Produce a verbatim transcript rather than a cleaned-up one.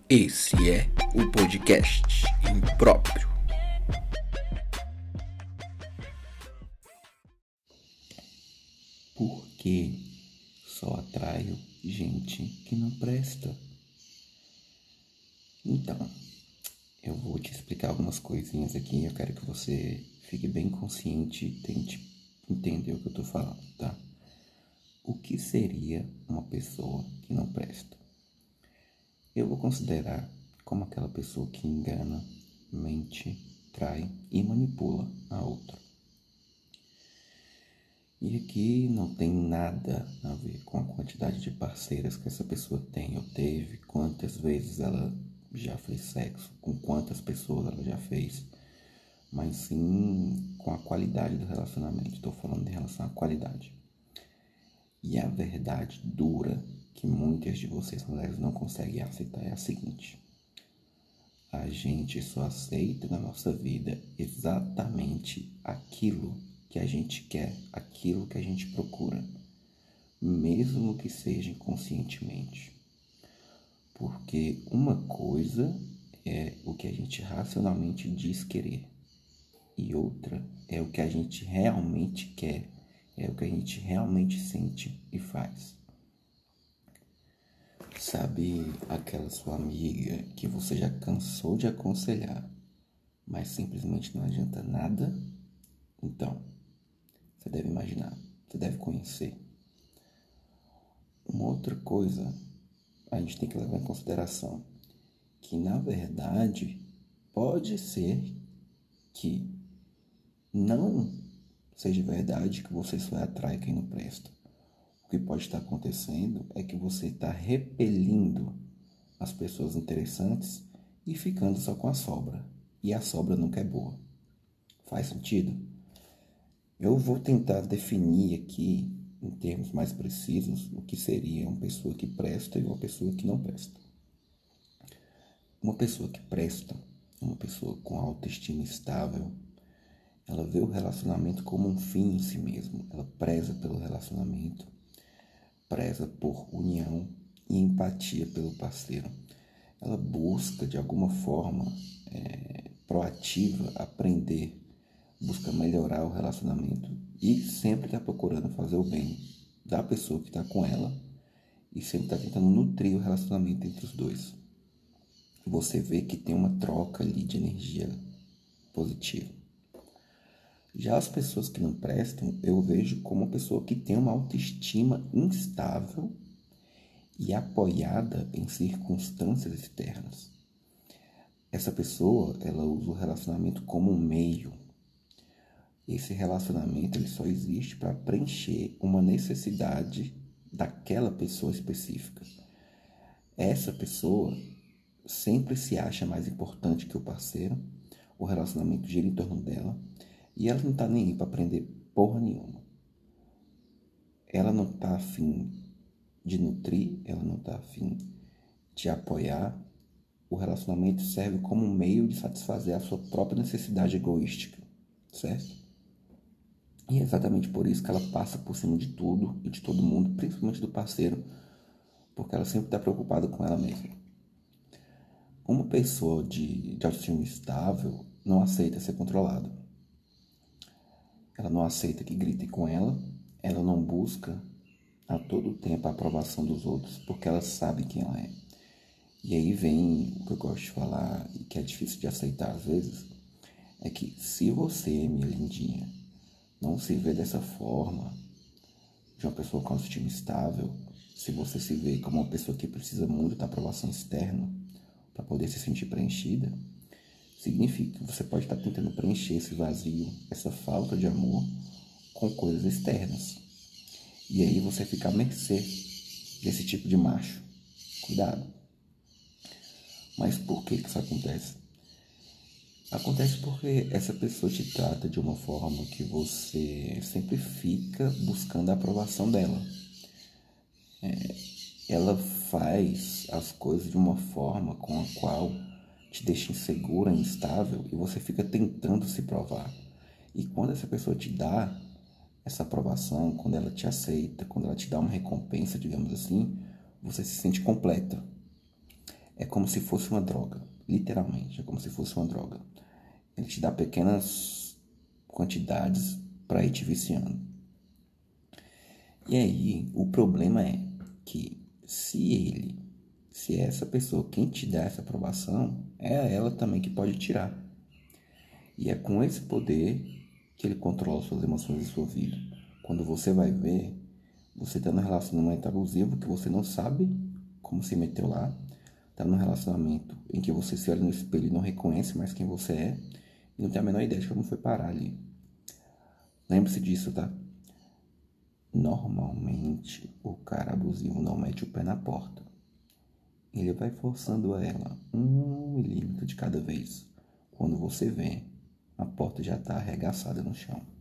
Esse é o podcast Impróprio. Por que só atraio gente que não presta? Então, eu vou te explicar algumas coisinhas aqui. Eu quero que você fique bem consciente e tente entender o que eu tô falando, tá? O que seria uma pessoa que não presta? Eu vou considerar como aquela pessoa que engana, mente, trai e manipula a outra. E aqui não tem nada a ver com a quantidade de parceiras que essa pessoa tem ou teve, quantas vezes ela já fez sexo, com quantas pessoas ela já fez, mas sim com a qualidade do relacionamento. Estou falando em relação à qualidade. E a verdade dura que muitas de vocês mulheres não conseguem aceitar é a seguinte: a gente só aceita na nossa vida exatamente aquilo que a gente quer, aquilo que a gente procura, mesmo que seja inconscientemente. Porque uma coisa é o que a gente racionalmente diz querer, e outra é o que a gente realmente quer, é o que a gente realmente sente e faz. Sabe aquela sua amiga que você já cansou de aconselhar, mas simplesmente não adianta nada? Então, você deve imaginar, você deve conhecer. Uma outra coisa, a gente tem que levar em consideração que, na verdade, pode ser que não seja verdade que você só atrai quem não presta. O que pode estar acontecendo é que você está repelindo as pessoas interessantes e ficando só com a sobra. E a sobra nunca é boa. Faz sentido? Eu vou tentar definir aqui, em termos mais precisos, o que seria uma pessoa que presta e uma pessoa que não presta. Uma pessoa que presta, uma pessoa com autoestima estável, ela vê o relacionamento como um fim em si mesmo. Ela preza pelo relacionamento, preza por união e empatia pelo parceiro. Ela busca, de alguma forma, é, proativa, aprender, busca melhorar o relacionamento e sempre está procurando fazer o bem da pessoa que está com ela e sempre está tentando nutrir o relacionamento entre os dois. Você vê que tem uma troca ali de energia positiva. Já as pessoas que não prestam, eu vejo como uma pessoa que tem uma autoestima instável e apoiada em circunstâncias externas. Essa pessoa, ela usa o relacionamento como um meio. Esse relacionamento ele só existe para preencher uma necessidade daquela pessoa específica. Essa pessoa sempre se acha mais importante que o parceiro, o relacionamento gira em torno dela e ela não está nem aí para aprender porra nenhuma. Ela não está afim de nutrir, ela não está afim de apoiar. O relacionamento serve como um meio de satisfazer a sua própria necessidade egoística, certo? E é exatamente por isso que ela passa por cima de tudo e de todo mundo, principalmente do parceiro, porque ela sempre está preocupada com ela mesma. Uma pessoa de, de autoestima estável não aceita ser controlada. Ela não aceita que gritem com ela, ela não busca a todo tempo a aprovação dos outros, porque ela sabe quem ela é. E aí vem o que eu gosto de falar e que é difícil de aceitar às vezes, é que se você, minha lindinha, não se vê dessa forma, de uma pessoa com autoestima estável, se você se vê como uma pessoa que precisa muito da aprovação externa para poder se sentir preenchida, significa que você pode estar tentando preencher esse vazio, essa falta de amor com coisas externas. E aí você fica à mercê desse tipo de macho. Cuidado. Mas por que que isso acontece? Acontece porque essa pessoa te trata de uma forma que você sempre fica buscando a aprovação dela. É, ela faz as coisas de uma forma com a qual te deixa insegura, instável, e você fica tentando se provar. E quando essa pessoa te dá essa aprovação, quando ela te aceita, quando ela te dá uma recompensa, digamos assim, você se sente completa. é como se fosse uma droga. Literalmente, é como se fosse uma droga. Ele te dá pequenas quantidades para ir te viciando. E aí, o problema é que se ele, se é essa pessoa quem te dá essa aprovação, é ela também que pode tirar. E é com esse poder que ele controla suas emoções e sua vida. Quando você vai ver, você está num relacionamento abusivo que você não sabe como se meteu lá. Está num relacionamento em que você se olha no espelho e não reconhece mais quem você é. E não tem a menor ideia de como foi parar ali. Lembre-se disso, tá? Normalmente, o cara abusivo não mete o pé na porta. Ele vai forçando ela um milímetro de cada vez. Quando você vê, a porta já está arregaçada no chão.